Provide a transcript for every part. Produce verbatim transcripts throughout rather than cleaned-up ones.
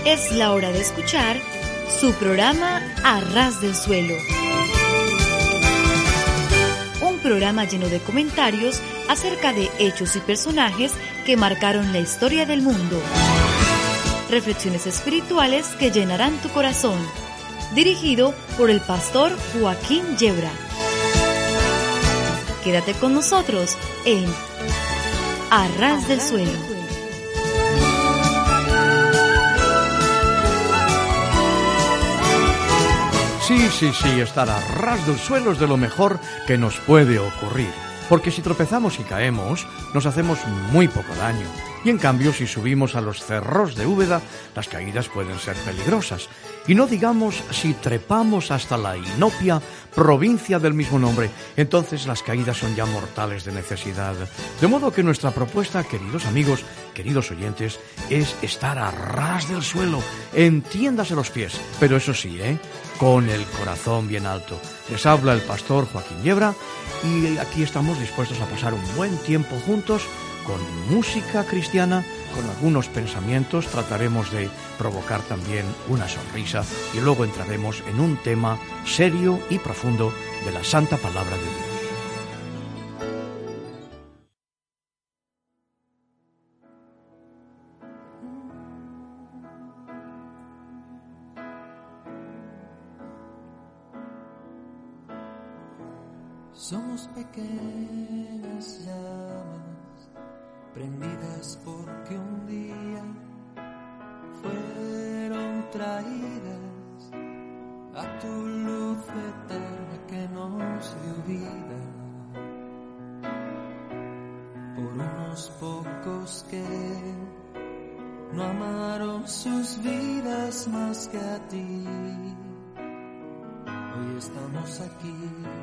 Es la hora de escuchar su programa A Ras del Suelo. Un programa lleno de comentarios acerca de hechos y personajes que marcaron la historia del mundo. Reflexiones espirituales que llenarán tu corazón. Dirigido por el pastor Joaquín Yebra. Quédate con nosotros en A Ras del Suelo. Sí, sí, sí, estar a ras del suelo es de lo mejor que nos puede ocurrir. Porque si tropezamos y caemos, nos hacemos muy poco daño. Y en cambio, si subimos a los cerros de Úbeda, las caídas pueden ser peligrosas. Y no digamos si trepamos hasta la Inopia, provincia del mismo nombre, entonces las caídas son ya mortales de necesidad. De modo que nuestra propuesta, queridos amigos, queridos oyentes, es estar a ras del suelo, entiéndase los pies, pero eso sí, ¿eh? Con el corazón bien alto. Les habla el pastor Joaquín Yebra y aquí estamos dispuestos a pasar un buen tiempo juntos con música cristiana, con algunos pensamientos, trataremos de provocar también una sonrisa y luego entraremos en un tema serio y profundo de la Santa Palabra de Dios. Somos pequeñas llamas prendidas porque un día fueron traídas a tu luz eterna que nos dio vida por unos pocos que no amaron sus vidas más que a ti. Hoy estamos aquí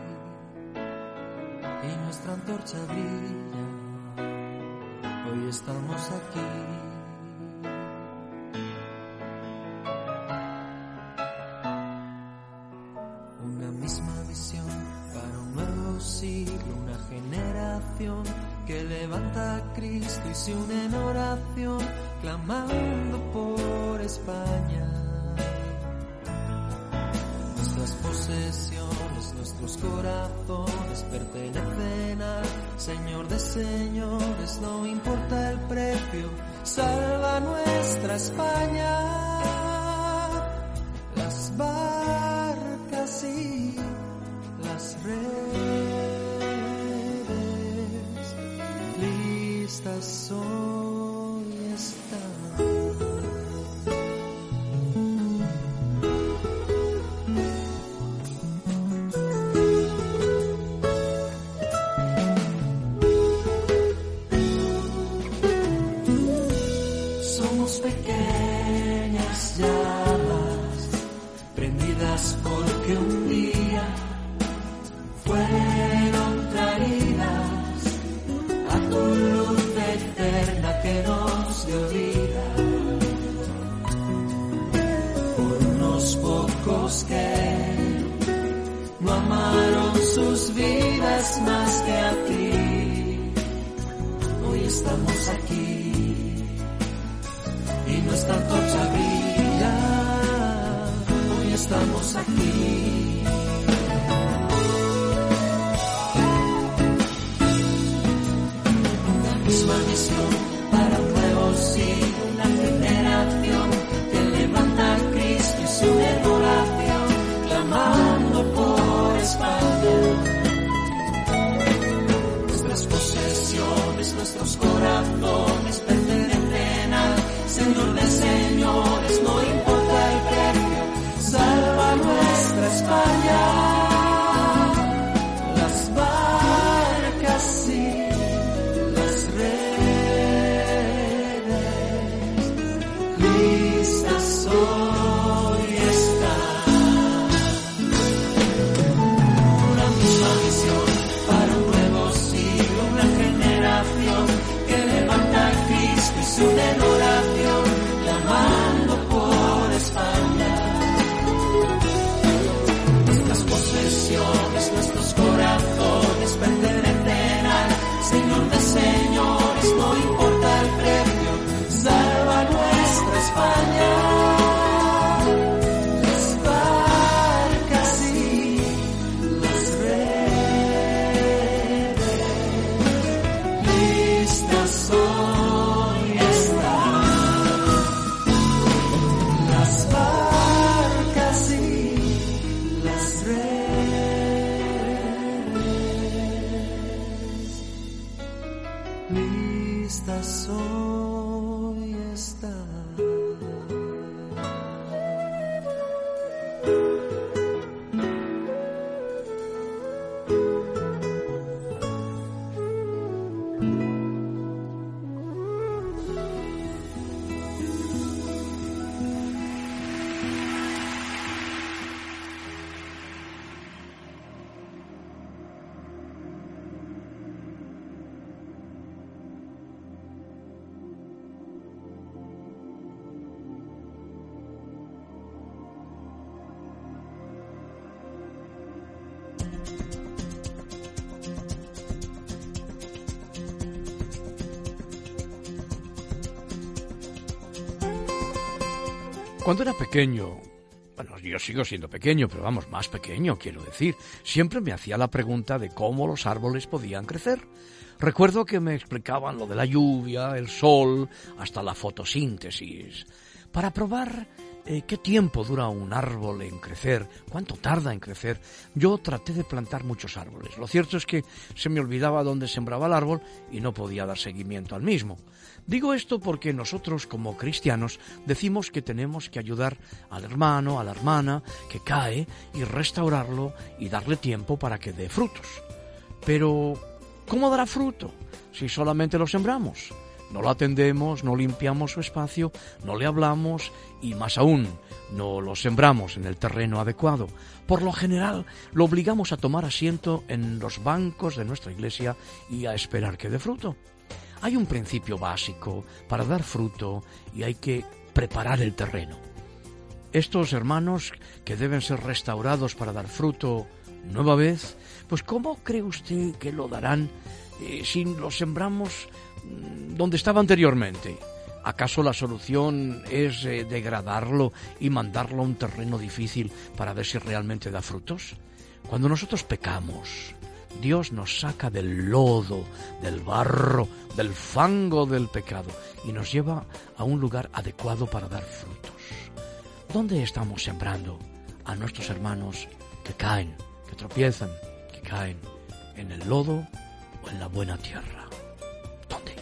y nuestra antorcha brilla, hoy estamos aquí. Una misma visión para un nuevo siglo, una generación que levanta a Cristo y se une en oración, clamando por España. Nuestras posesiones, nuestros corazones pertenecen al Señor de señores, no importa el precio, salva nuestra España. Las barcas y las redes listas hoy están. Pequeñas llamas prendidas porque un día fueron traídas a tu luz eterna que nos dio vida por unos pocos que no amaron sus vidas más que a ti. Hoy estamos aquí y nuestra antorcha brilla, hoy estamos aquí. Una misma misión para un nuevo siglo, una generación que levanta a Cristo y se une en oración, clamando por España. Nuestras posesiones, nuestros corazones pertenecen al Señor de señores, no importa el precio, salva nuestra España. Las barcas y las redes listas hoy están. Una misma visión para un nuevo siglo, una generación que levanta a Cristo y se une en oración, clamando por España. Nuestras posesiones, nuestros corazones pertenecen al Señor de señores, no importa el precio, salva nuestra España. vista soy estar. Cuando era pequeño, bueno, yo sigo siendo pequeño, pero vamos, más pequeño, quiero decir, siempre me hacía la pregunta de cómo los árboles podían crecer. Recuerdo que me explicaban lo de la lluvia, el sol, hasta la fotosíntesis. Para probar eh, qué tiempo dura un árbol en crecer, cuánto tarda en crecer, yo traté de plantar muchos árboles. Lo cierto es que se me olvidaba dónde sembraba el árbol y no podía dar seguimiento al mismo. Digo esto porque nosotros, como cristianos, decimos que tenemos que ayudar al hermano, a la hermana, que cae, y restaurarlo y darle tiempo para que dé frutos. Pero, ¿cómo dará fruto si solamente lo sembramos? No lo atendemos, no limpiamos su espacio, no le hablamos y, más aún, no lo sembramos en el terreno adecuado. Por lo general, lo obligamos a tomar asiento en los bancos de nuestra iglesia y a esperar que dé fruto. Hay un principio básico para dar fruto y hay que preparar el terreno. Estos hermanos que deben ser restaurados para dar fruto nueva vez, pues ¿cómo cree usted que lo darán eh, si lo sembramos mmm, donde estaba anteriormente? ¿Acaso la solución es eh, degradarlo y mandarlo a un terreno difícil para ver si realmente da frutos? Cuando nosotros pecamos, Dios nos saca del lodo, del barro, del fango del pecado y nos lleva a un lugar adecuado para dar frutos. ¿Dónde estamos sembrando a nuestros hermanos que caen, que tropiezan, que caen en el lodo o en la buena tierra? ¿Dónde?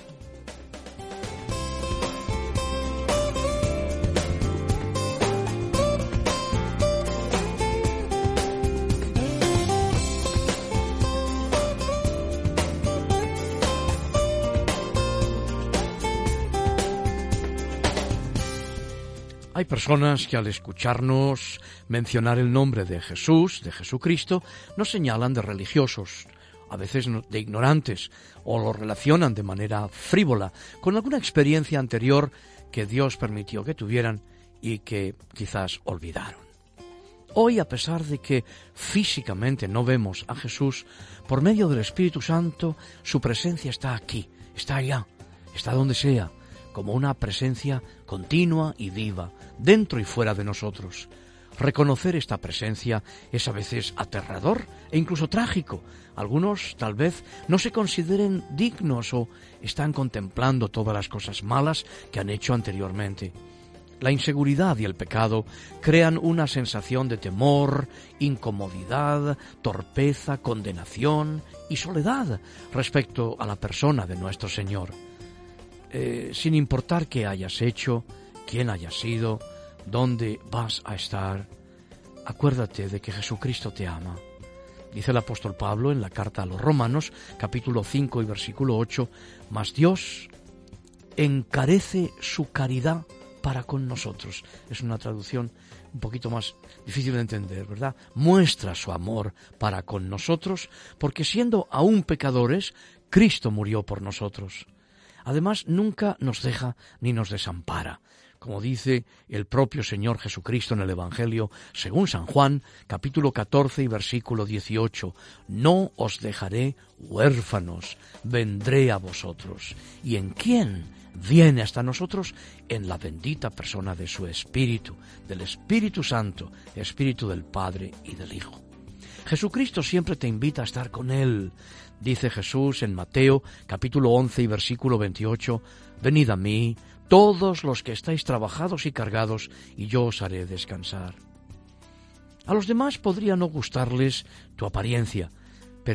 Hay personas que al escucharnos mencionar el nombre de Jesús, de Jesucristo, nos señalan de religiosos, a veces de ignorantes, o lo relacionan de manera frívola con alguna experiencia anterior que Dios permitió que tuvieran y que quizás olvidaron. Hoy, a pesar de que físicamente no vemos a Jesús, por medio del Espíritu Santo, su presencia está aquí, está allá, está donde sea, como una presencia continua y viva, dentro y fuera de nosotros. Reconocer esta presencia es a veces aterrador e incluso trágico. Algunos tal vez no se consideren dignos o están contemplando todas las cosas malas que han hecho anteriormente. La inseguridad y el pecado crean una sensación de temor, incomodidad, torpeza, condenación y soledad respecto a la persona de nuestro Señor. Eh, sin importar qué hayas hecho, quién hayas sido, dónde vas a estar, acuérdate de que Jesucristo te ama. Dice el apóstol Pablo en la carta a los Romanos, capítulo cinco y versículo ocho, mas Dios encarece su caridad para con nosotros. Es una traducción un poquito más difícil de entender, ¿verdad? Muestra su amor para con nosotros, porque siendo aún pecadores, Cristo murió por nosotros. Además, nunca nos deja ni nos desampara. Como dice el propio Señor Jesucristo en el Evangelio, según San Juan, capítulo catorce y versículo dieciocho, no os dejaré huérfanos, vendré a vosotros. ¿Y en quién viene hasta nosotros? En la bendita persona de su Espíritu, del Espíritu Santo, Espíritu del Padre y del Hijo. Jesucristo siempre te invita a estar con Él. Dice Jesús en Mateo, capítulo once y versículo veintiocho, venid a mí, todos los que estáis trabajados y cargados, y yo os haré descansar. A los demás podría no gustarles tu apariencia, pero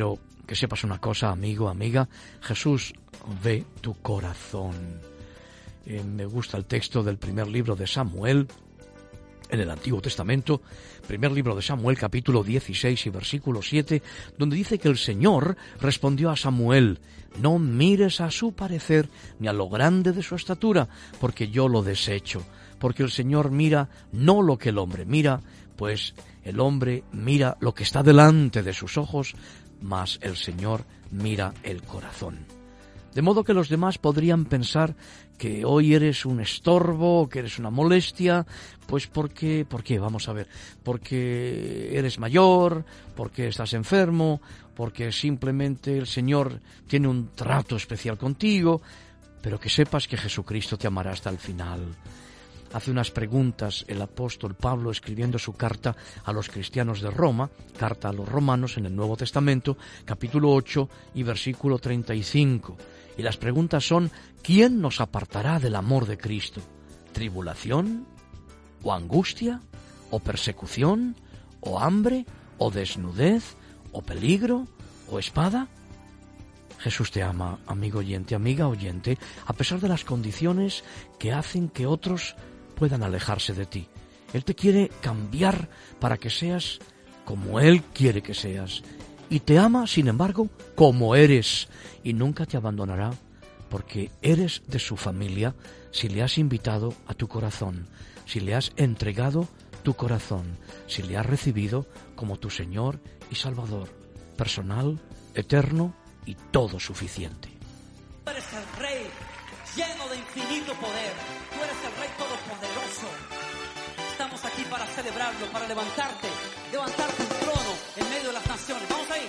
que sepas una cosa, amigo, amiga, Jesús ve tu corazón. Eh, me gusta el texto del primer libro de Samuel, en el Antiguo Testamento, primer libro de Samuel, capítulo dieciséis y versículo siete, donde dice que el Señor respondió a Samuel: no mires a su parecer ni a lo grande de su estatura, porque yo lo desecho. Porque el Señor mira no lo que el hombre mira, pues el hombre mira lo que está delante de sus ojos, mas el Señor mira el corazón. De modo que los demás podrían pensar que hoy eres un estorbo, que eres una molestia, pues porque, ¿por qué? Vamos a ver, porque eres mayor, porque estás enfermo, porque simplemente el Señor tiene un trato especial contigo, pero que sepas que Jesucristo te amará hasta el final. Hace unas preguntas el apóstol Pablo escribiendo su carta a los cristianos de Roma, carta a los romanos en el Nuevo Testamento, capítulo ocho y versículo treinta y cinco. Y las preguntas son: ¿quién nos apartará del amor de Cristo? ¿Tribulación? ¿O angustia? ¿O persecución? ¿O hambre? ¿O desnudez? ¿O peligro? ¿O espada? Jesús te ama, amigo oyente, amiga oyente, a pesar de las condiciones que hacen que otros puedan alejarse de ti. Él te quiere cambiar para que seas como Él quiere que seas. Y te ama, sin embargo, como eres, y nunca te abandonará, porque eres de su familia si le has invitado a tu corazón, si le has entregado tu corazón, si le has recibido como tu Señor y Salvador, personal, eterno y todo suficiente. Tú eres el Rey lleno de infinito poder, tú eres el Rey todopoderoso. Estamos aquí para celebrarlo, para levantarte, levantarte un trono en medio de las naciones. Vamos ahí.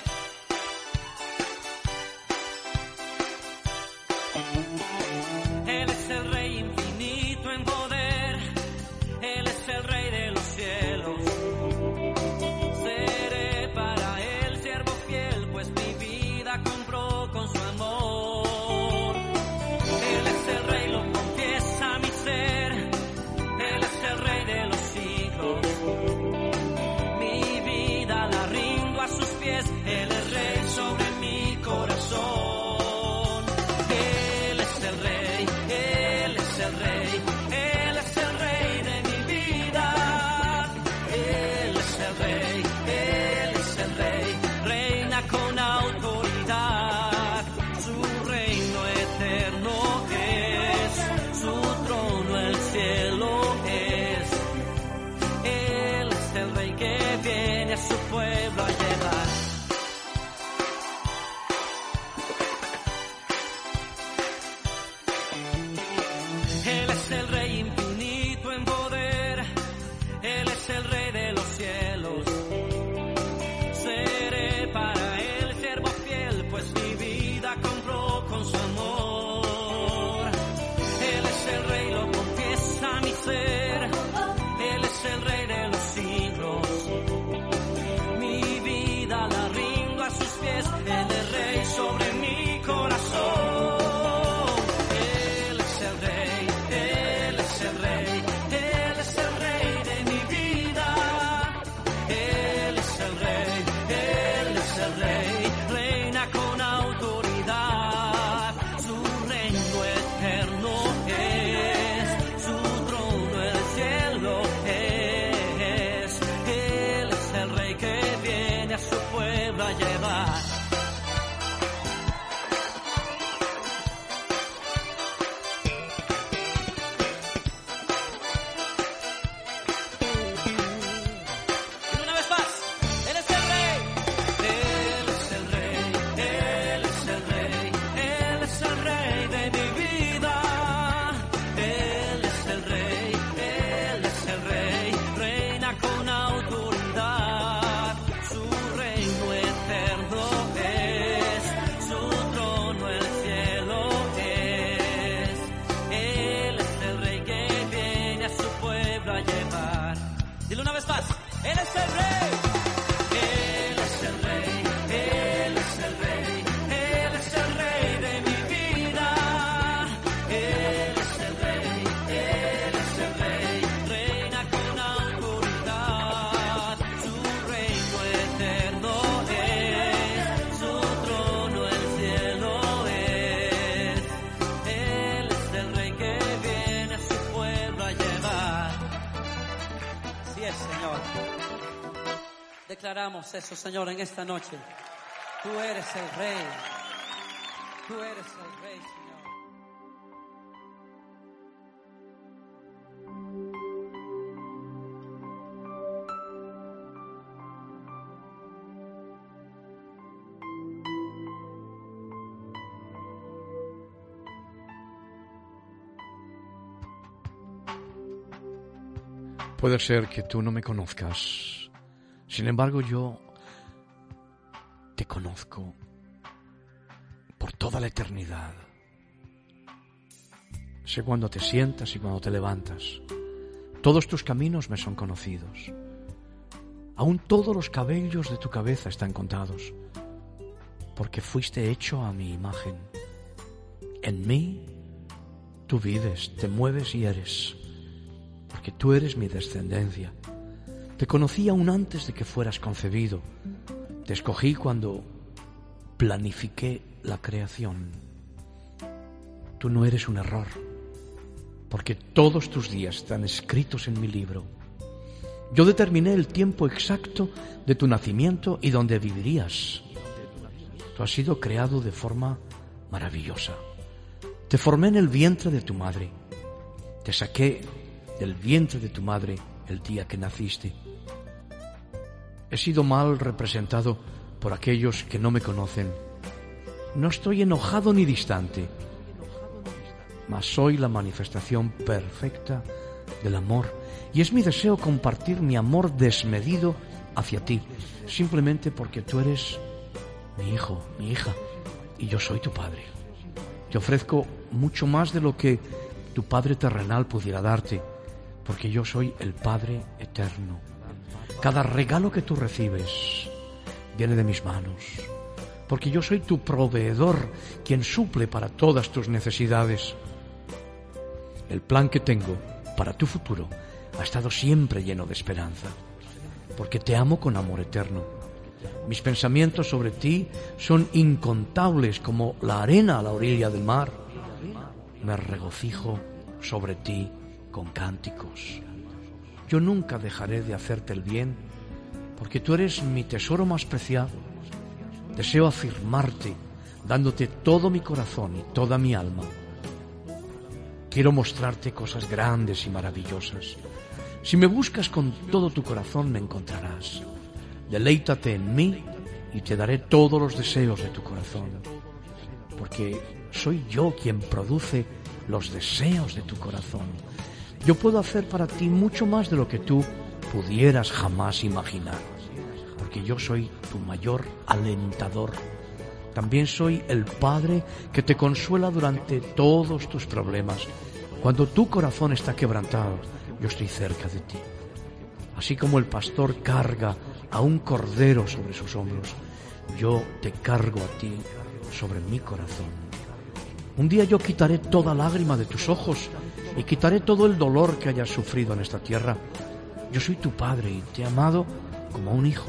Él es el Rey infinito en poder, Él es el Rey de los cielos. Seré para Él siervo fiel, pues mi vida compró con su amor. Él es el Rey, lo confiesa mi ser, Él es el Rey de los siglos. Mi vida la rindo a sus pies, Él es Rey sobre mi corazón. Él es el Rey, Él es el Rey, Él es el Rey de mi vida. Él es el Rey, Él es el Rey, reina con autoridad. Su reino eterno es, su trono el cielo es. Él es el Rey que viene a su pueblo a llevar. Él es el Rey infinito en poder, Él es el Rey de los cielos. Seré para Él siervo fiel, pues mi vida compró con su amor. Él es el Rey, lo confiesa mi ser, Él es el Rey de los siglos. Mi vida la rindo a sus pies, Él es Rey sobre mi corazón. Él es el Rey, Él declaramos eso, Señor, en esta noche. Tú eres el Rey. Tú eres el Rey, Señor. Puede ser que tú no me conozcas. Sin embargo, yo te conozco por toda la eternidad. Sé cuándo te sientas y cuándo te levantas. Todos tus caminos me son conocidos. Aún todos los cabellos de tu cabeza están contados, porque fuiste hecho a mi imagen. En mí tú vives, te mueves y eres, porque tú eres mi descendencia. Te conocí aún antes de que fueras concebido. Te escogí cuando planifiqué la creación. Tú no eres un error, porque todos tus días están escritos en mi libro. Yo determiné el tiempo exacto de tu nacimiento y donde vivirías. Tú has sido creado de forma maravillosa. Te formé en el vientre de tu madre. Te saqué del vientre de tu madre el día que naciste. He sido mal representado por aquellos que no me conocen. No estoy enojado ni distante, mas soy la manifestación perfecta del amor, y es mi deseo compartir mi amor desmedido hacia ti, simplemente porque tú eres mi hijo, mi hija, y yo soy tu padre. Te ofrezco mucho más de lo que tu padre terrenal pudiera darte, porque yo soy el Padre eterno. Cada regalo que tú recibes viene de mis manos, porque yo soy tu proveedor, quien suple para todas tus necesidades. El plan que tengo para tu futuro ha estado siempre lleno de esperanza, porque te amo con amor eterno. Mis pensamientos sobre ti son incontables como la arena a la orilla del mar. Me regocijo sobre ti con cánticos. Yo nunca dejaré de hacerte el bien, porque tú eres mi tesoro más preciado. Deseo afirmarte, dándote todo mi corazón y toda mi alma. Quiero mostrarte cosas grandes y maravillosas. Si me buscas con todo tu corazón, me encontrarás. Deleítate en mí y te daré todos los deseos de tu corazón, porque soy yo quien produce los deseos de tu corazón. Yo puedo hacer para ti mucho más de lo que tú pudieras jamás imaginar, porque yo soy tu mayor alentador. También soy el Padre que te consuela durante todos tus problemas. Cuando tu corazón está quebrantado, yo estoy cerca de ti. Así como el pastor carga a un cordero sobre sus hombros, yo te cargo a ti sobre mi corazón. Un día yo quitaré toda lágrima de tus ojos y quitaré todo el dolor que hayas sufrido en esta tierra. Yo soy tu Padre y te he amado como a un hijo,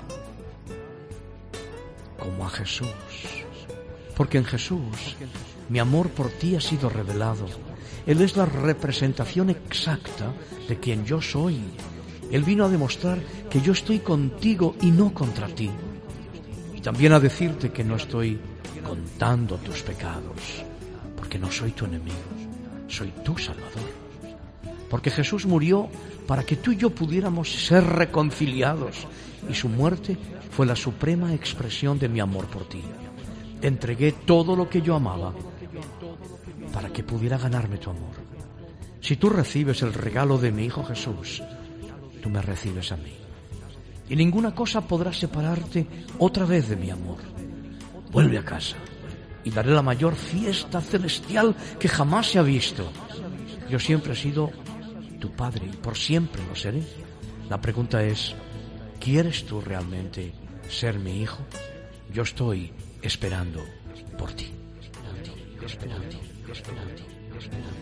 como a Jesús. Porque en Jesús mi amor por ti ha sido revelado. Él es la representación exacta de quien yo soy. Él vino a demostrar que yo estoy contigo y no contra ti. Y también a decirte que no estoy contando tus pecados, porque no soy tu enemigo, soy tu Salvador. Porque Jesús murió para que tú y yo pudiéramos ser reconciliados, y su muerte fue la suprema expresión de mi amor por ti. Te entregué todo lo que yo amaba para que pudiera ganarme tu amor. Si tú recibes el regalo de mi Hijo Jesús, tú me recibes a mí. Y ninguna cosa podrá separarte otra vez de mi amor. Vuelve a casa y daré la mayor fiesta celestial que jamás se ha visto. Yo siempre he sido tu Padre y por siempre lo seré. La pregunta es, ¿quieres tú realmente ser mi hijo? Yo estoy esperando por ti. Esperando, esperando, esperando, esperando.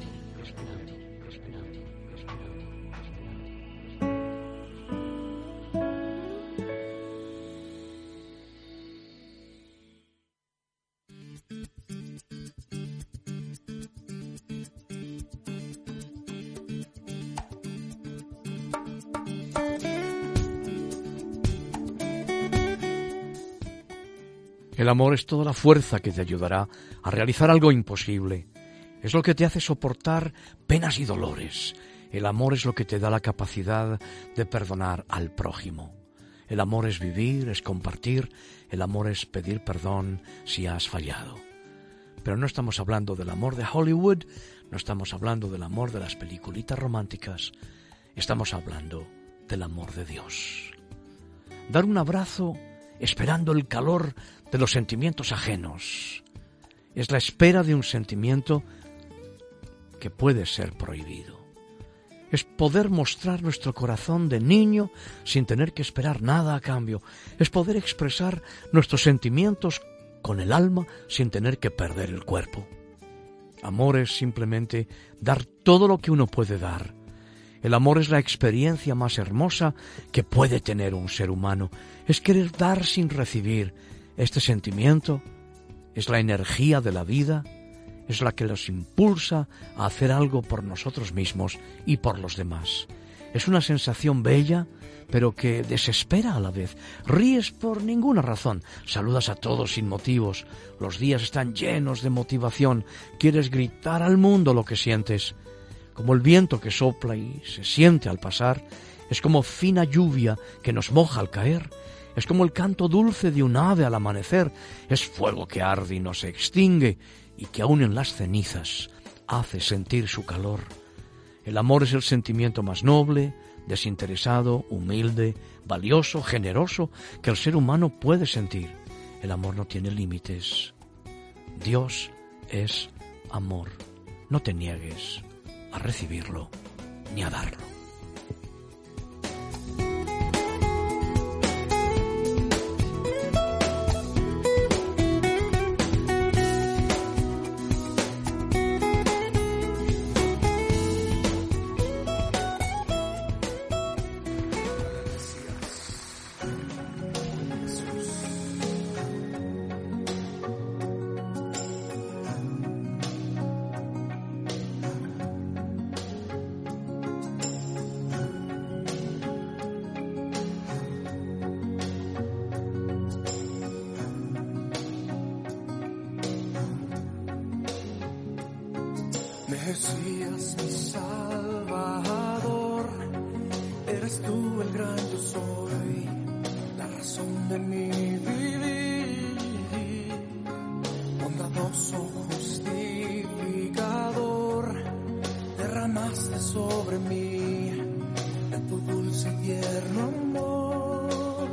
El amor es toda la fuerza que te ayudará a realizar algo imposible. Es lo que te hace soportar penas y dolores. El amor es lo que te da la capacidad de perdonar al prójimo. El amor es vivir, es compartir. El amor es pedir perdón si has fallado. Pero no estamos hablando del amor de Hollywood, no estamos hablando del amor de las peliculitas románticas. Estamos hablando del amor de Dios. Dar un abrazo esperando el calor de los sentimientos ajenos. Es la espera de un sentimiento que puede ser prohibido. Es poder mostrar nuestro corazón de niño sin tener que esperar nada a cambio. Es poder expresar nuestros sentimientos con el alma sin tener que perder el cuerpo. Amor es simplemente dar todo lo que uno puede dar. El amor es la experiencia más hermosa que puede tener un ser humano. Es querer dar sin recibir. Este sentimiento es la energía de la vida, es la que nos impulsa a hacer algo por nosotros mismos y por los demás. Es una sensación bella, pero que desespera a la vez. Ríes por ninguna razón, saludas a todos sin motivos, los días están llenos de motivación, quieres gritar al mundo lo que sientes. Como el viento que sopla y se siente al pasar, es como fina lluvia que nos moja al caer, es como el canto dulce de un ave al amanecer, es fuego que arde y no se extingue, y que aún en las cenizas hace sentir su calor. El amor es el sentimiento más noble, desinteresado, humilde, valioso, generoso que el ser humano puede sentir. El amor no tiene límites. Dios es amor. No te niegues a recibirlo ni a darlo. Mesías, mi Salvador, eres tú el gran yo soy, la razón de mi vivir, bondadoso justificador, derramaste sobre mí de tu dulce y tierno amor,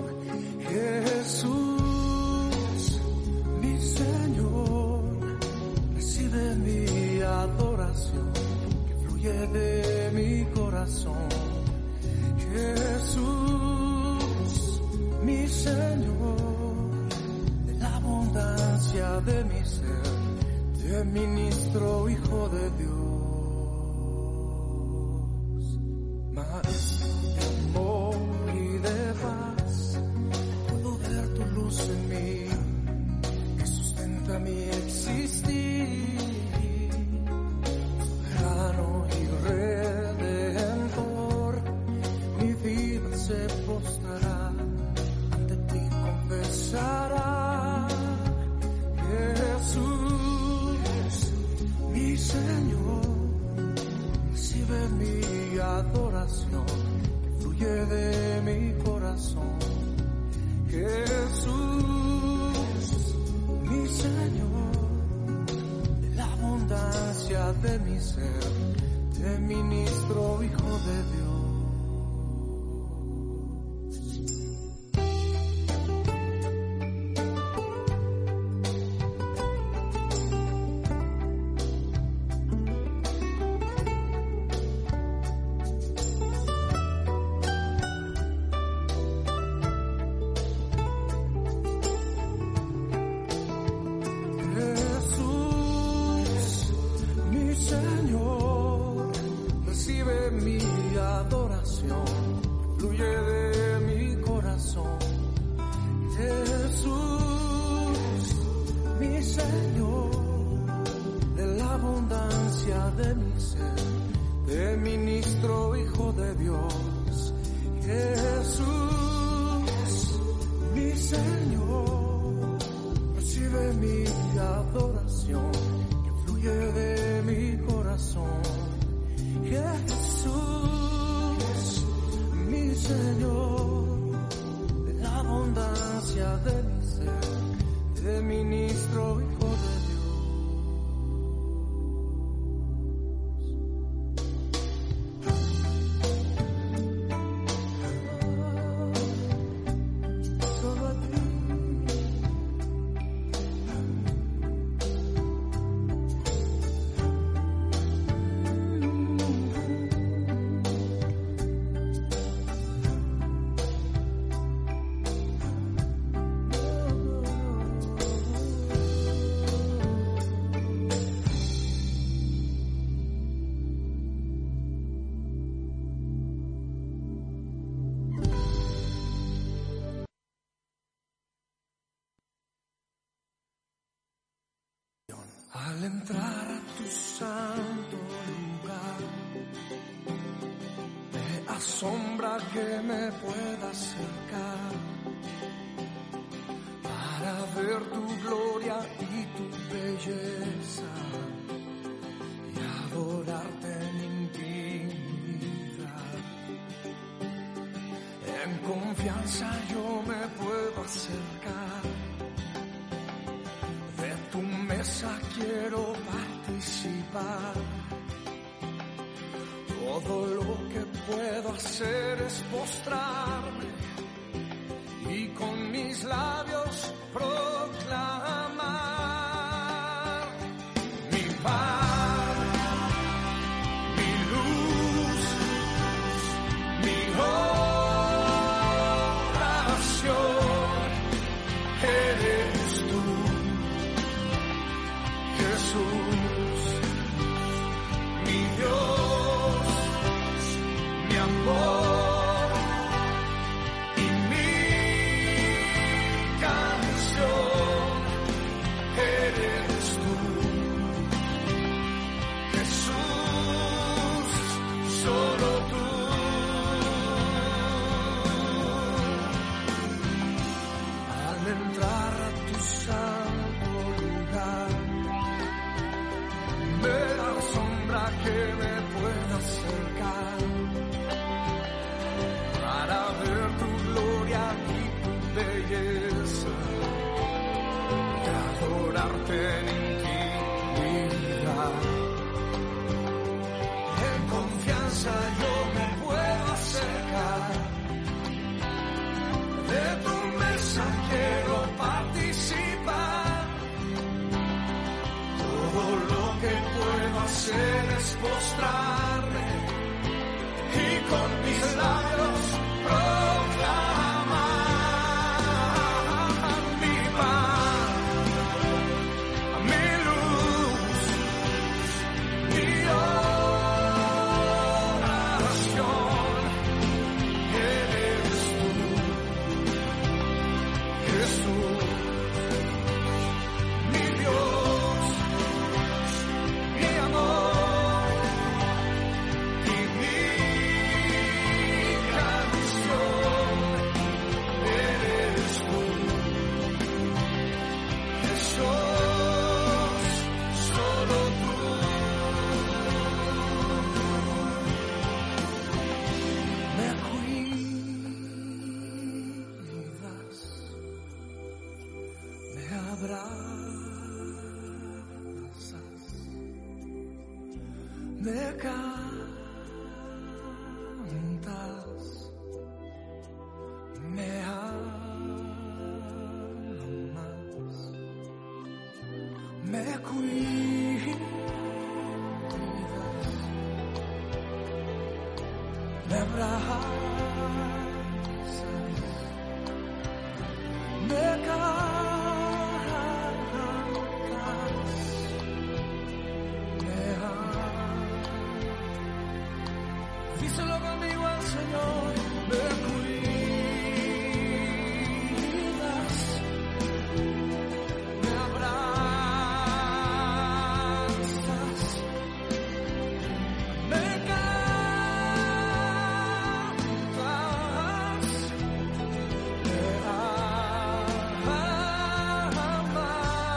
Jesús, mi Señor, recibe mi adoración que fluye de mi corazón. Jesús, mi Señor, de la abundancia de mi ser, te ministro, Hijo de Dios. Maestro de amor y de paz, puedo ver tu luz en mí, que sustenta mi existir. Se postrará ante ti, confesará. Jesús, mi Señor, recibe mi adoración que fluye de mi corazón. Jesús, mi Señor, de la abundancia de mi ser, te ministro, Hijo de Dios. vive mi adoración, que fluye de mi corazón. Jesús, mi Señor, de la abundancia de mi ser, de ministro hijo de Al entrar a tu santo lugar, me asombra que me pueda acercar para ver tu gloria y tu belleza y adorarte en intimidad. En confianza yo me puedo acercar. De tu mesa quiero participar. Todo lo que puedo hacer es postrarme y con mis labios proclamar mi paz, mi luz, mi oración. Eres tú, Jesús, mi Dios, mi amor y mi canción. Eres tú, Jesús, solo tú. Al entrar a tu santo lugar, me asombra que me pueda acercar para ver tu gloria y tu belleza y adorarte en intimidad. En confianza yo me puedo acercar. De tu mesa quiero participar. Todo lo que puedo hacer es postrarme y con mis labios proclamar mi paz, mi luz, mi oración. Eres tú, Jesús, mi Dios, mi amor y mi canción. Eres tú, Jesús, solo tú. Me cuidas, me abrazas, me cantas, me amas, me cuidas, me abrazas, me cantas, me amas. Díselo conmigo al Señor, me cuidas, me abrazas, me cantas, me amas.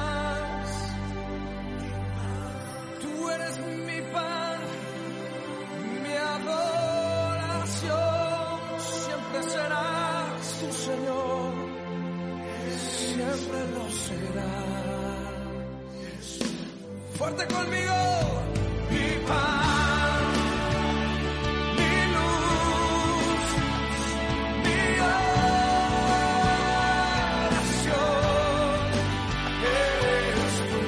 fuerte conmigo. Mi pan, mi luz, mi oración, eres tú,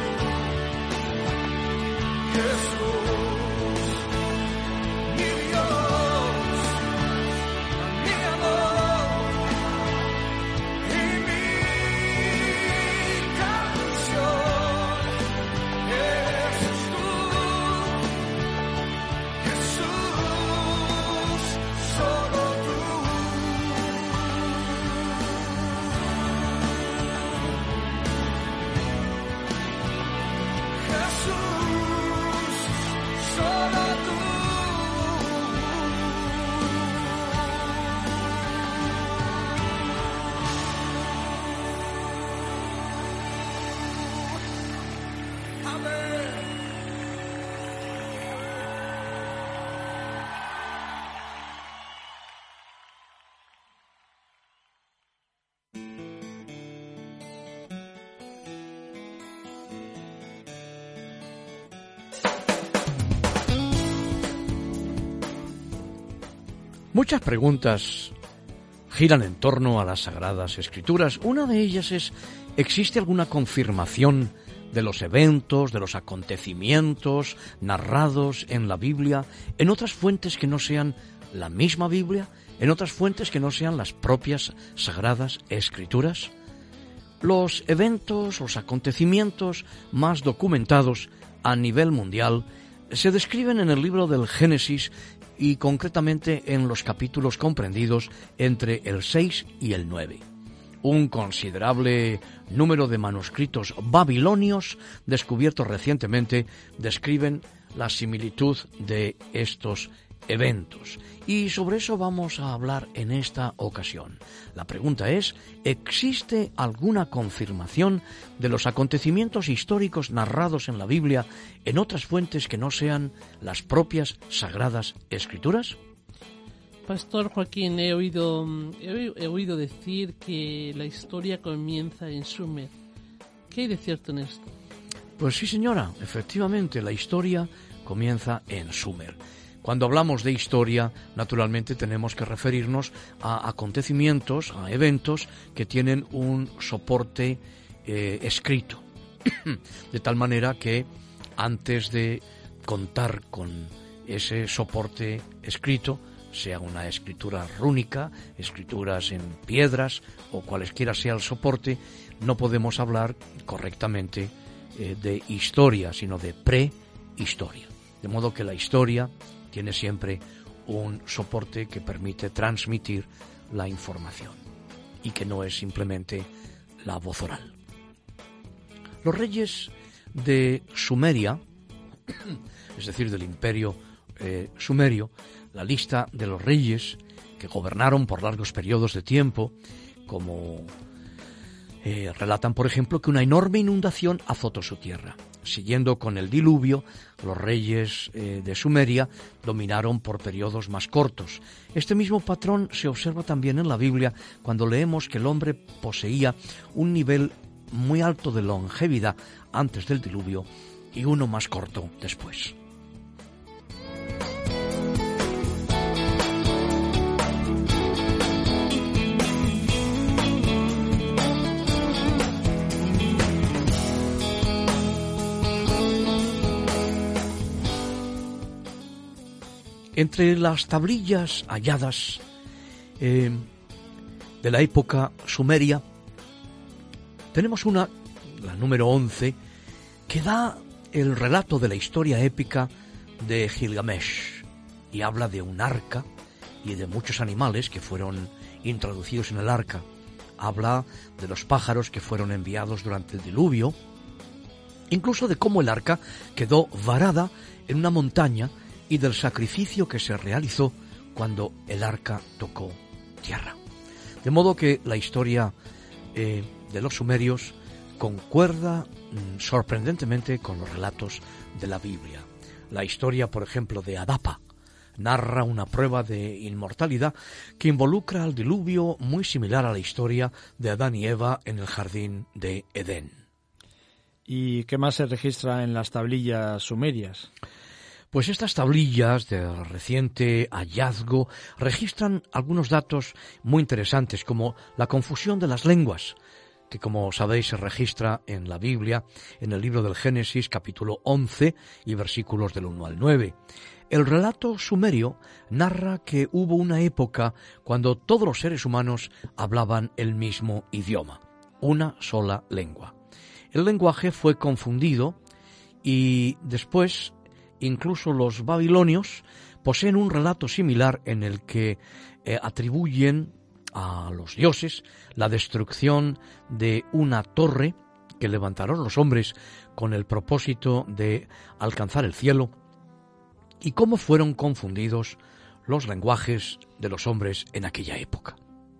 Jesús, mi Dios, mi amor y mi canción. Eres tú, Jesús, solo tú. Jesús, solo tú. Amén. Muchas preguntas giran en torno a las Sagradas Escrituras. Una de ellas es, ¿existe alguna confirmación de los eventos, de los acontecimientos narrados en la Biblia, en otras fuentes que no sean la misma Biblia, en otras fuentes que no sean las propias Sagradas Escrituras? Los eventos, los acontecimientos más documentados a nivel mundial se describen en el libro del Génesis y concretamente en los capítulos comprendidos entre el seis y el nueve. Un considerable número de manuscritos babilonios descubiertos recientemente describen la similitud de estos eventos. Y sobre eso vamos a hablar en esta ocasión. La pregunta es, ¿existe alguna confirmación de los acontecimientos históricos narrados en la Biblia en otras fuentes que no sean las propias Sagradas Escrituras? Pastor Joaquín, he oído, he, he oído decir que la historia comienza en Sumer. ¿Qué hay de cierto en esto? Pues sí, señora, efectivamente, la historia comienza en Sumer. Cuando hablamos de historia, naturalmente tenemos que referirnos a acontecimientos, a eventos que tienen un soporte eh, escrito. De tal manera que antes de contar con ese soporte escrito, sea una escritura rúnica, escrituras en piedras o cualesquiera sea el soporte, no podemos hablar correctamente eh, de historia, sino de prehistoria. De modo que la historia tiene siempre un soporte que permite transmitir la información y que no es simplemente la voz oral. Los reyes de Sumeria, es decir, del imperio eh, sumerio, la lista de los reyes que gobernaron por largos periodos de tiempo, como eh, relatan, por ejemplo, que una enorme inundación azotó su tierra. Siguiendo con el diluvio, los reyes eh, de Sumeria dominaron por periodos más cortos. Este mismo patrón se observa también en la Biblia cuando leemos que el hombre poseía un nivel muy alto de longevidad antes del diluvio y uno más corto después. Entre las tablillas halladas eh, de la época sumeria, tenemos una, la número once, que da el relato de la historia épica de Gilgamesh y habla de un arca y de muchos animales que fueron introducidos en el arca. Habla de los pájaros que fueron enviados durante el diluvio, incluso de cómo el arca quedó varada en una montaña y del sacrificio que se realizó cuando el arca tocó tierra. De modo que la historia eh, de los sumerios concuerda mm, sorprendentemente con los relatos de la Biblia. La historia, por ejemplo, de Adapa narra una prueba de inmortalidad que involucra al diluvio, muy similar a la historia de Adán y Eva en el jardín de Edén. ¿Y qué más se registra en las tablillas sumerias? Pues estas tablillas de reciente hallazgo registran algunos datos muy interesantes, como la confusión de las lenguas, que como sabéis se registra en la Biblia, en el libro del Génesis, capítulo once y versículos del uno al nueve. El relato sumerio narra que hubo una época cuando todos los seres humanos hablaban el mismo idioma, una sola lengua. El lenguaje fue confundido y después incluso los babilonios poseen un relato similar en el que eh, atribuyen a los dioses la destrucción de una torre que levantaron los hombres con el propósito de alcanzar el cielo, y cómo fueron confundidos los lenguajes de los hombres en aquella época.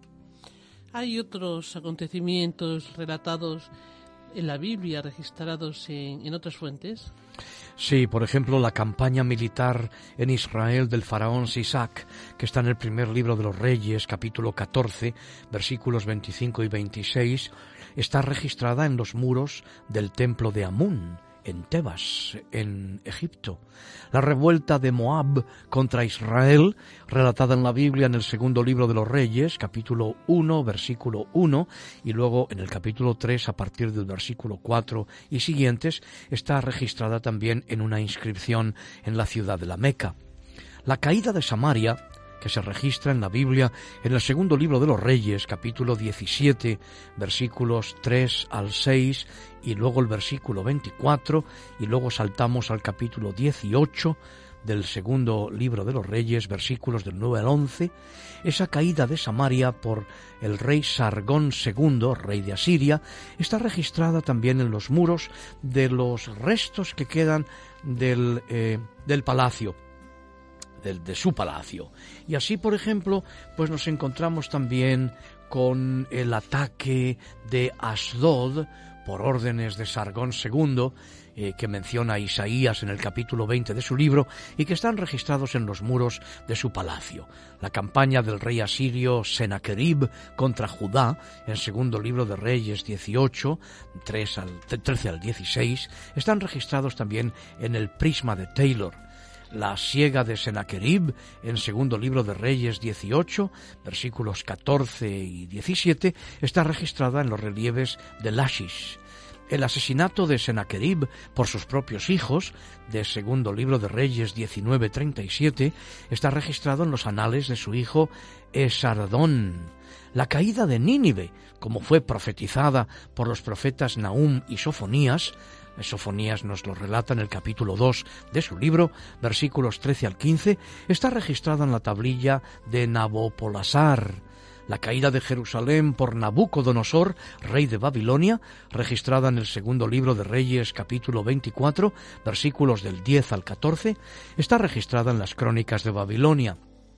Hay otros acontecimientos relatados en la Biblia, registrados en, en otras fuentes. Sí, por ejemplo, la campaña militar en Israel del faraón Sisac, que está en el primer libro de los Reyes, capítulo catorce, versículos veinticinco y veintiséis, está registrada en los muros del templo de Amún, en Tebas, en Egipto. La revuelta de Moab contra Israel, relatada en la Biblia en el segundo libro de los Reyes, capítulo uno, versículo uno, y luego en el capítulo tres, a partir del versículo cuatro y siguientes, está registrada también en una inscripción en la ciudad de la Meca. La caída de Samaria, que se registra en la Biblia en el segundo libro de los Reyes, capítulo diecisiete, versículos tres al seis, y luego el versículo veinticuatro, y luego saltamos al capítulo dieciocho del segundo libro de los Reyes, versículos del nueve al once. Esa caída de Samaria por el rey Sargón segundo, rey de Asiria, está registrada también en los muros de los restos que quedan del, eh, del palacio. De, de su palacio. Y así, por ejemplo, pues nos encontramos también con el ataque de Asdod por órdenes de Sargón segundo, eh, que menciona Isaías en el capítulo veinte de su libro, y que están registrados en los muros de su palacio. La campaña del rey asirio Senaquerib contra Judá, en segundo libro de Reyes dieciocho, trece al dieciséis, están registrados también en el prisma de Taylor. La siega de Senaquerib, en segundo libro de Reyes dieciocho, versículos catorce y diecisiete, está registrada en los relieves de Lachish. El asesinato de Senaquerib por sus propios hijos, de segundo libro de Reyes diecinueve treinta y siete, está registrado en los anales de su hijo Esardón. La caída de Nínive, como fue profetizada por los profetas Nahum y Sofonías, Sofonías nos lo relata en el capítulo dos de su libro, versículos trece al quince, está registrada en la tablilla de Nabopolassar. La caída de Jerusalén por Nabucodonosor, rey de Babilonia, registrada en el segundo libro de Reyes, capítulo veinticuatro, versículos del diez al catorce, está registrada en las crónicas de Babilonia.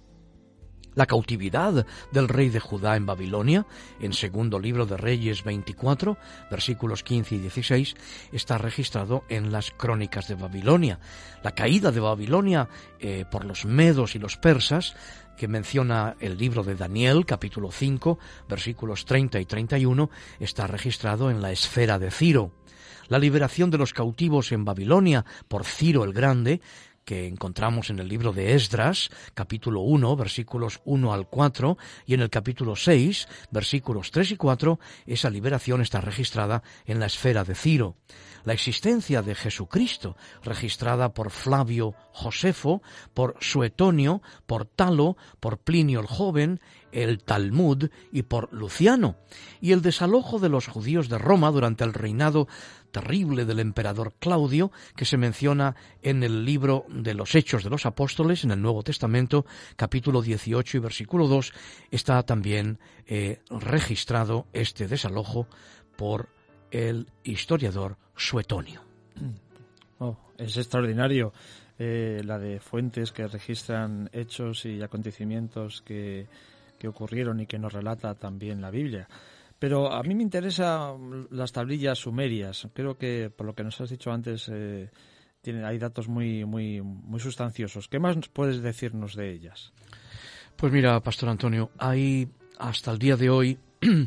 La cautividad del rey de Judá en Babilonia, en segundo libro de Reyes veinticuatro, versículos quince y dieciséis, está registrado en las crónicas de Babilonia. La caída de Babilonia eh, por los medos y los persas, que menciona el libro de Daniel, capítulo cinco, versículos treinta y treinta y uno, está registrado en la esfera de Ciro. La liberación de los cautivos en Babilonia por Ciro el Grande, que encontramos en el libro de Esdras, capítulo uno, versículos uno al cuatro, y en el capítulo seis, versículos tres y cuatro, esa liberación está registrada en la esfera de Ciro. La existencia de Jesucristo, registrada por Flavio Josefo, por Suetonio, por Talo, por Plinio el Joven, el Talmud y por Luciano. Y el desalojo de los judíos de Roma durante el reinado terrible del emperador Claudio, que se menciona en el libro de los Hechos de los Apóstoles, en el Nuevo Testamento, capítulo dieciocho y versículo dos, está también eh, registrado este desalojo por el historiador Suetonio. Oh, es extraordinario eh, la de fuentes que registran hechos y acontecimientos que, que ocurrieron y que nos relata también la Biblia. Pero a mí me interesan las tablillas sumerias. Creo que, por lo que nos has dicho antes, eh, tiene, hay datos muy, muy, muy sustanciosos. ¿Qué más puedes decirnos de ellas? Pues mira, Pastor Antonio, hay hasta el día de hoy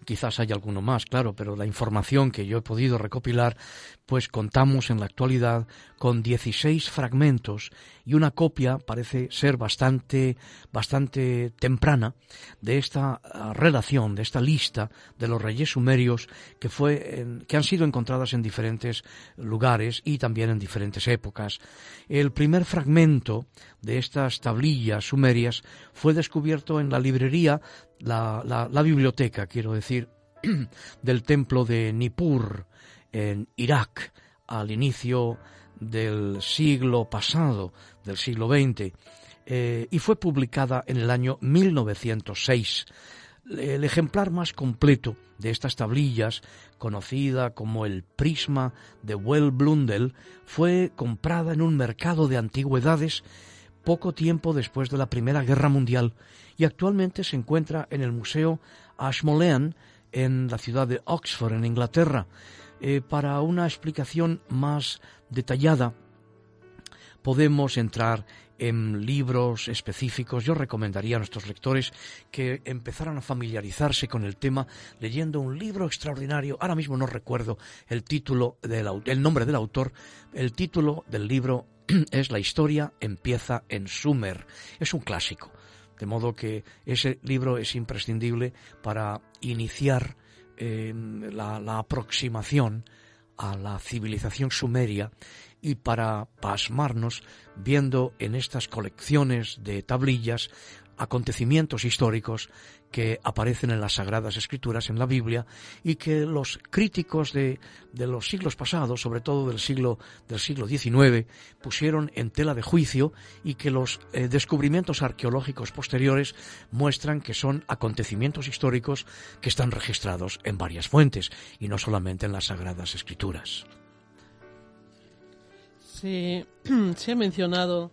quizás haya alguno más, claro, pero la información que yo he podido recopilar, pues contamos en la actualidad con dieciséis fragmentos y una copia parece ser bastante, bastante temprana de esta uh, relación, de esta lista de los reyes sumerios que fue, en, que han sido encontradas en diferentes lugares y también en diferentes épocas. El primer fragmento de estas tablillas sumerias fue descubierto en la librería, la, la, la biblioteca, quiero decir, del templo de Nippur en Irak al inicio del siglo pasado, del siglo veinte, eh, y fue publicada en el año mil novecientos seis. El ejemplar más completo de estas tablillas, conocida como el Prisma de Well-Blundell, fue comprada en un mercado de antigüedades poco tiempo después de la Primera Guerra Mundial y actualmente se encuentra en el Museo Ashmolean en la ciudad de Oxford, en Inglaterra. Eh, para una explicación más detallada podemos entrar en libros específicos. Yo recomendaría a nuestros lectores que empezaran a familiarizarse con el tema leyendo un libro extraordinario. Ahora mismo no recuerdo el título del, el nombre del autor. El título del libro es La historia empieza en Sumer. Es un clásico, de modo que ese libro es imprescindible para iniciar eh, la, la aproximación a la civilización sumeria y para pasmarnos viendo en estas colecciones de tablillas acontecimientos históricos que aparecen en las Sagradas Escrituras, en la Biblia, y que los críticos de, de los siglos pasados, sobre todo del siglo, del siglo diecinueve, pusieron en tela de juicio y que los eh, descubrimientos arqueológicos posteriores muestran que son acontecimientos históricos que están registrados en varias fuentes y no solamente en las Sagradas Escrituras. Se, se ha mencionado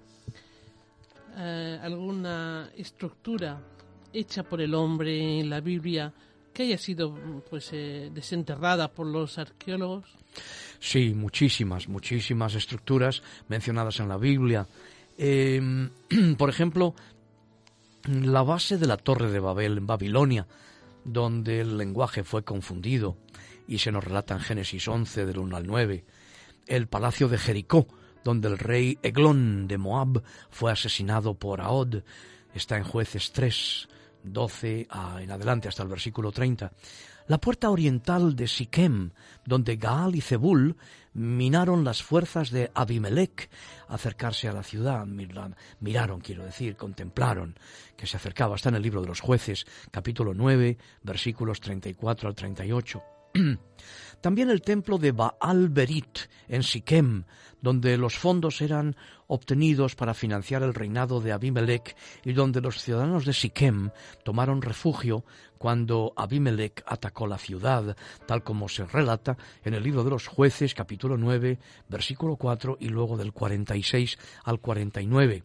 eh, alguna estructura hecha por el hombre en la Biblia que haya sido pues eh, desenterrada por los arqueólogos. Sí, muchísimas, muchísimas estructuras mencionadas en la Biblia. Eh, por ejemplo, la base de la Torre de Babel en Babilonia, donde el lenguaje fue confundido, y se nos relata en Génesis once, del uno al nueve. El palacio de Jericó, donde el rey Eglón de Moab fue asesinado por Ahod, está en Jueces tres, doce a, en adelante hasta el versículo treinta. La puerta oriental de Siquem, donde Gaal y Zebul minaron las fuerzas de Abimelech acercarse a la ciudad, miraron, quiero decir, contemplaron que se acercaba. Está en el libro de los Jueces, capítulo nueve, versículos treinta y cuatro al treinta y ocho. También el templo de Baal Berit en Siquem, donde los fondos eran obtenidos para financiar el reinado de Abimelech y donde los ciudadanos de Siquem tomaron refugio cuando Abimelech atacó la ciudad, tal como se relata en el libro de los Jueces, capítulo nueve, versículo cuatro, y luego del cuarenta y seis al cuarenta y nueve.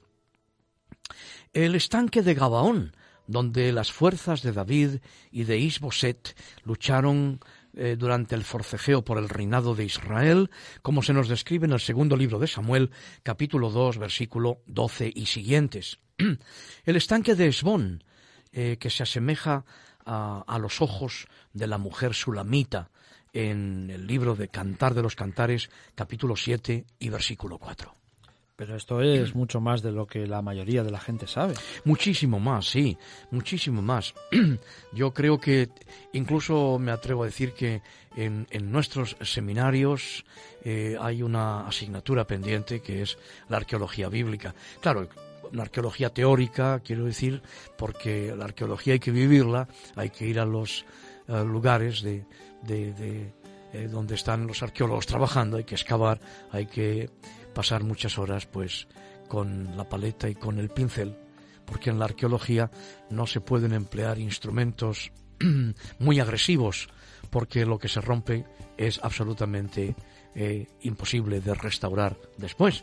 El estanque de Gabaón, donde las fuerzas de David y de Isboset lucharon eh, durante el forcejeo por el reinado de Israel, como se nos describe en el segundo libro de Samuel, capítulo dos, versículo doce y siguientes. El estanque de Esbón, eh, que se asemeja a, a los ojos de la mujer sulamita, en el libro de Cantar de los Cantares, capítulo siete y versículo cuatro. Pero esto es mucho más de lo que la mayoría de la gente sabe. Muchísimo más, sí, muchísimo más. Yo creo que incluso me atrevo a decir que en, en nuestros seminarios eh, hay una asignatura pendiente que es la arqueología bíblica. Claro, una arqueología teórica, quiero decir, porque la arqueología hay que vivirla, hay que ir a los uh, lugares de, de, de eh, donde están los arqueólogos trabajando, hay que excavar, hay que pasar muchas horas pues con la paleta y con el pincel, porque en la arqueología no se pueden emplear instrumentos muy agresivos, porque lo que se rompe es absolutamente eh, imposible de restaurar después.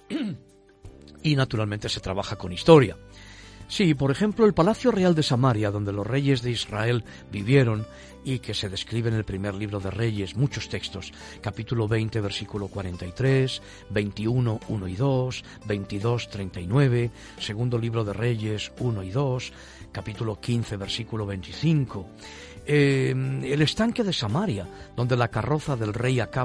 Y naturalmente se trabaja con historia. Sí, por ejemplo, el Palacio Real de Samaria, donde los reyes de Israel vivieron y que se describe en el primer libro de Reyes, muchos textos, capítulo veinte, versículo cuarenta y tres, veintiuno, uno y dos, veintidós, treinta y nueve, segundo libro de Reyes, uno y dos, capítulo quince, versículo veinticinco. Eh, el estanque de Samaria, donde la carroza del rey Acab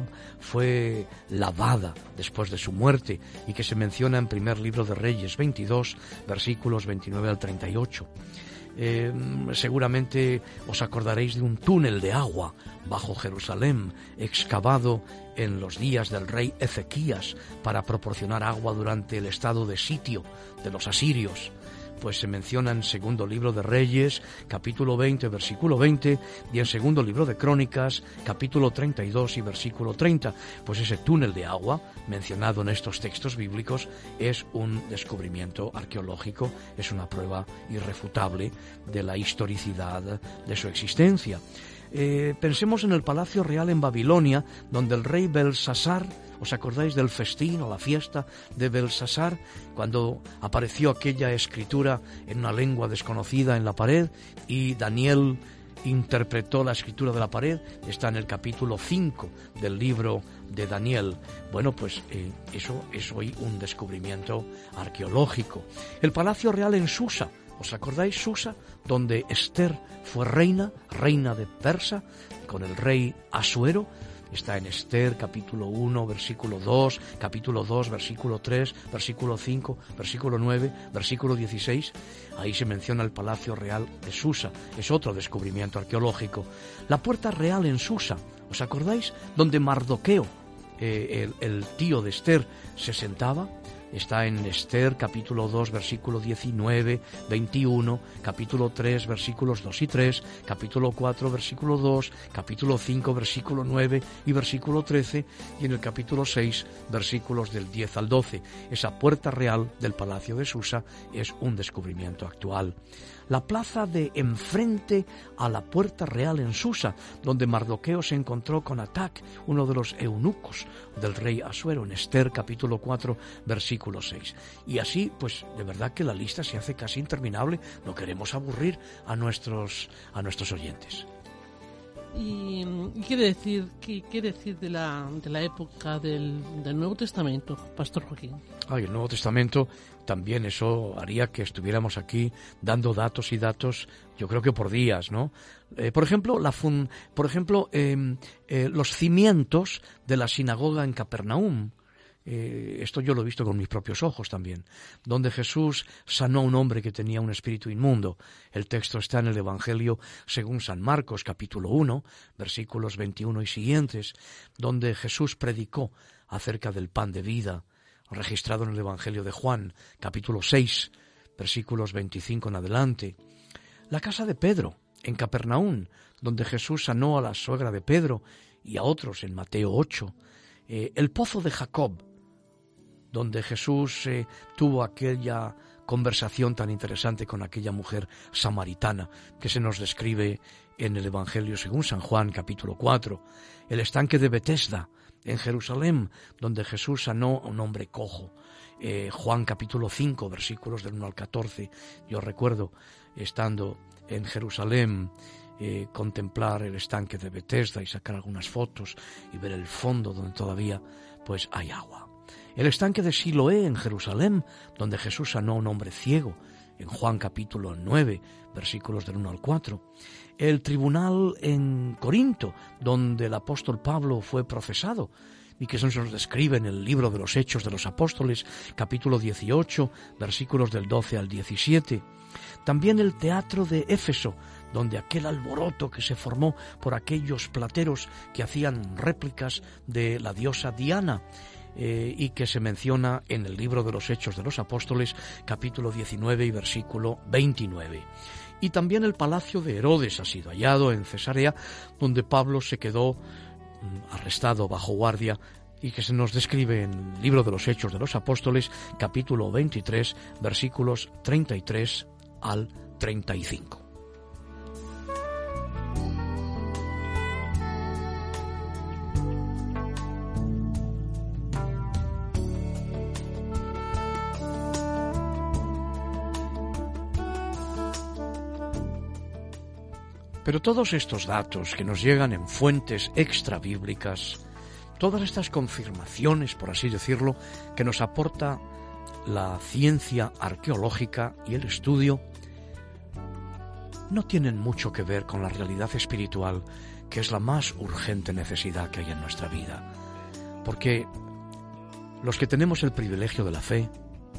fue lavada después de su muerte y que se menciona en primer libro de Reyes veintidós, versículos veintinueve al treinta y ocho. Eh, seguramente os acordaréis de un túnel de agua bajo Jerusalén, excavado en los días del rey Ezequías para proporcionar agua durante el estado de sitio de los asirios. Pues se menciona en segundo libro de Reyes, capítulo veinte, versículo veinte, y en segundo libro de Crónicas, capítulo treinta y dos y versículo treinta. Pues ese túnel de agua, mencionado en estos textos bíblicos, es un descubrimiento arqueológico, es una prueba irrefutable de la historicidad de su existencia. Eh, pensemos en el Palacio Real en Babilonia, donde el rey Belsasar, ¿os acordáis del festín o la fiesta de Belsasar? Cuando apareció aquella escritura en una lengua desconocida en la pared y Daniel interpretó la escritura de la pared, está en el capítulo cinco del libro de Daniel. Bueno, pues eh, eso es hoy un descubrimiento arqueológico. El Palacio Real en Susa, ¿os acordáis? Susa, donde Esther fue reina, reina de Persa, con el rey Asuero. Está en Esther, capítulo uno, versículo dos, capítulo dos, versículo tres, versículo cinco, versículo nueve, versículo dieciséis. Ahí se menciona el Palacio Real de Susa. Es otro descubrimiento arqueológico. La Puerta Real en Susa, ¿os acordáis? Donde Mardoqueo, eh, el, el tío de Esther, se sentaba. Está en Esther, capítulo dos, versículo diecinueve, veintiuno, capítulo tres, versículos dos y tres, capítulo cuatro, versículo dos, capítulo cinco, versículo nueve y versículo trece, y en el capítulo seis, versículos del diez al doce. Esa puerta real del Palacio de Susa es un descubrimiento actual. La plaza de enfrente a la Puerta Real en Susa, donde Mardoqueo se encontró con Atac, uno de los eunucos del rey Asuero, en Esther capítulo cuatro, versículo seis. Y así, pues, de verdad que la lista se hace casi interminable. No queremos aburrir a nuestros, a nuestros oyentes. Y, y quiere decir, ¿qué quiere decir de la, de la época del, del Nuevo Testamento, Pastor Joaquín? Ay, el Nuevo Testamento también, eso haría que estuviéramos aquí dando datos y datos, yo creo que por días, ¿no? Eh, por ejemplo, la fun, por ejemplo eh, eh, los cimientos de la sinagoga en Capernaum. Eh, esto yo lo he visto con mis propios ojos también, donde Jesús sanó a un hombre que tenía un espíritu inmundo. El texto está en el Evangelio según San Marcos, capítulo uno, versículos veintiuno y siguientes, donde Jesús predicó acerca del pan de vida, registrado en el Evangelio de Juan, capítulo seis, versículos veinticinco en adelante. La casa de Pedro, en Capernaum, donde Jesús sanó a la suegra de Pedro y a otros en Mateo ocho. Eh, el pozo de Jacob, donde Jesús eh, tuvo aquella conversación tan interesante con aquella mujer samaritana que se nos describe en el Evangelio según San Juan, capítulo cuatro. El estanque de Betesda, en Jerusalén, donde Jesús sanó a un hombre cojo. Eh, Juan, capítulo cinco, versículos del uno al catorce. Yo recuerdo, estando en Jerusalén, eh, contemplar el estanque de Betesda y sacar algunas fotos y ver el fondo donde todavía pues hay agua. El estanque de Siloé en Jerusalén, donde Jesús sanó a un hombre ciego, en Juan capítulo nueve, versículos del uno al cuatro. El tribunal en Corinto, donde el apóstol Pablo fue procesado, y que eso se nos describe en el libro de los Hechos de los Apóstoles, capítulo dieciocho, versículos del doce al diecisiete. También el teatro de Éfeso, donde aquel alboroto que se formó por aquellos plateros que hacían réplicas de la diosa Diana, eh, y que se menciona en el libro de los Hechos de los Apóstoles, capítulo diecinueve y versículo veintinueve. Y también el palacio de Herodes ha sido hallado en Cesarea, donde Pablo se quedó mm, arrestado bajo guardia, y que se nos describe en el libro de los Hechos de los Apóstoles, capítulo veintitrés, versículos treinta y tres al treinta y cinco. Pero todos estos datos que nos llegan en fuentes extrabíblicas, todas estas confirmaciones, por así decirlo, que nos aporta la ciencia arqueológica y el estudio, no tienen mucho que ver con la realidad espiritual, que es la más urgente necesidad que hay en nuestra vida. Porque los que tenemos el privilegio de la fe,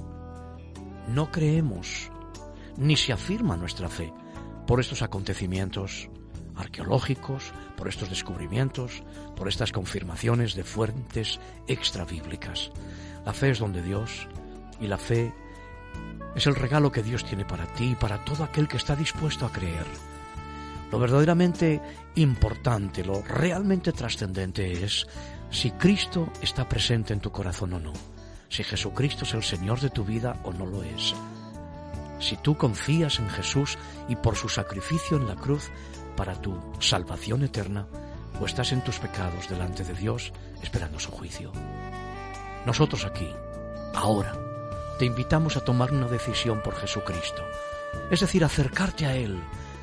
no creemos, ni se afirma nuestra fe por estos acontecimientos arqueológicos, por estos descubrimientos, por estas confirmaciones de fuentes extrabíblicas. La fe es don de Dios, y la fe es el regalo que Dios tiene para ti y para todo aquel que está dispuesto a creer. Lo verdaderamente importante, lo realmente trascendente es si Cristo está presente en tu corazón o no, si Jesucristo es el Señor de tu vida o no lo es. Si tú confías en Jesús y por su sacrificio en la cruz para tu salvación eterna, o estás en tus pecados delante de Dios esperando su juicio. Nosotros aquí, ahora, te invitamos a tomar una decisión por Jesucristo, es decir, acercarte a Él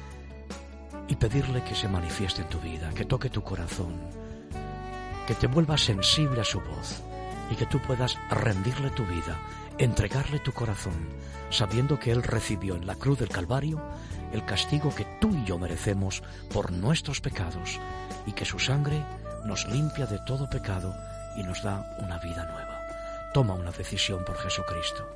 y pedirle que se manifieste en tu vida, que toque tu corazón, que te vuelvas sensible a su voz y que tú puedas rendirle tu vida, entregarle tu corazón, sabiendo que Él recibió en la cruz del Calvario el castigo que tú y yo merecemos por nuestros pecados y que su sangre nos limpia de todo pecado y nos da una vida nueva. Toma una decisión por Jesucristo.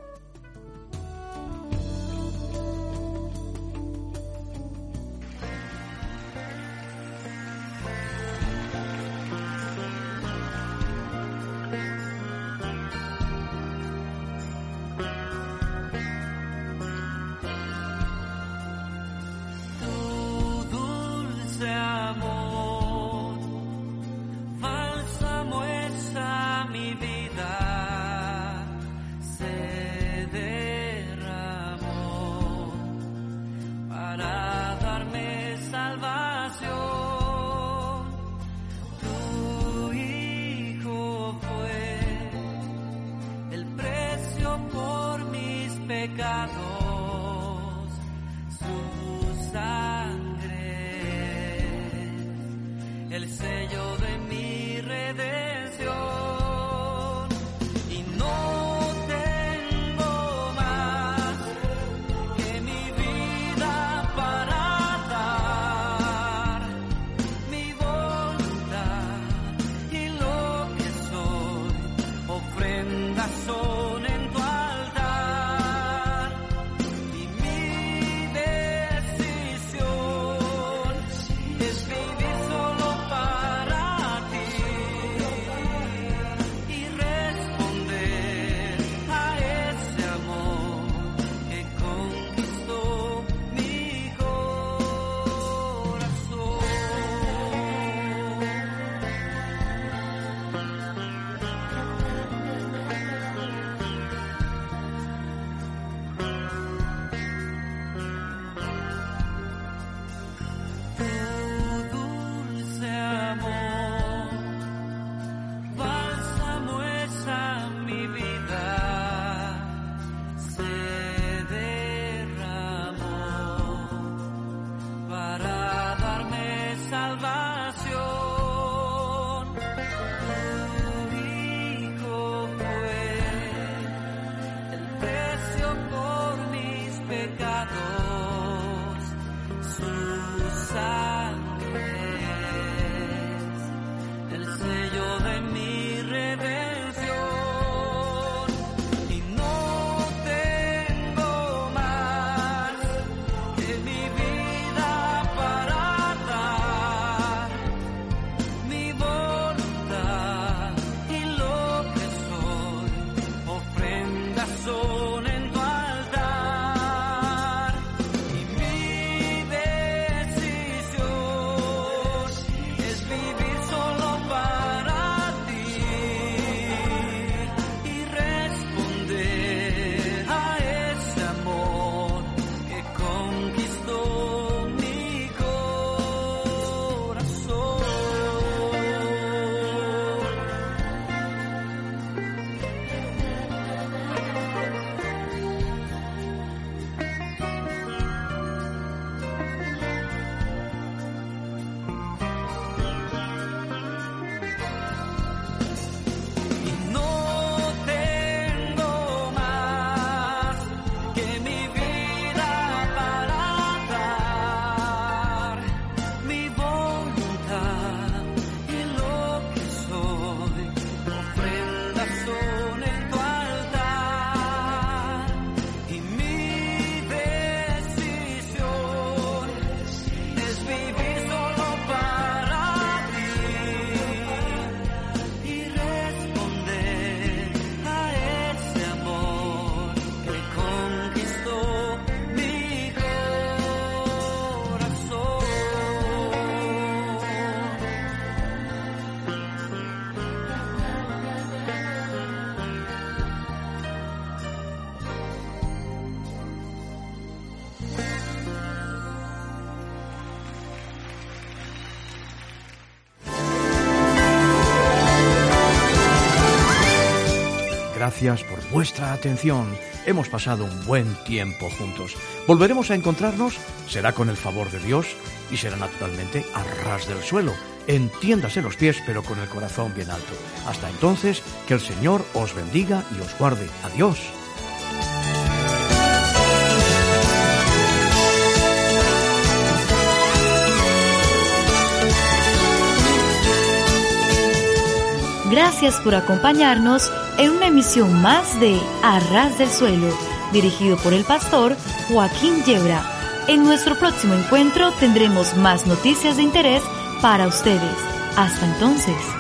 Son en tu altar, gracias por vuestra atención. Hemos pasado un buen tiempo juntos. Volveremos a encontrarnos, será con el favor de Dios y será naturalmente a ras del suelo. Entiéndase los pies, pero con el corazón bien alto. Hasta entonces, que el Señor os bendiga y os guarde. Adiós. Gracias por acompañarnos en una emisión más de A Ras del Suelo, dirigido por el pastor Joaquín Yebra. En nuestro próximo encuentro tendremos más noticias de interés para ustedes. Hasta entonces.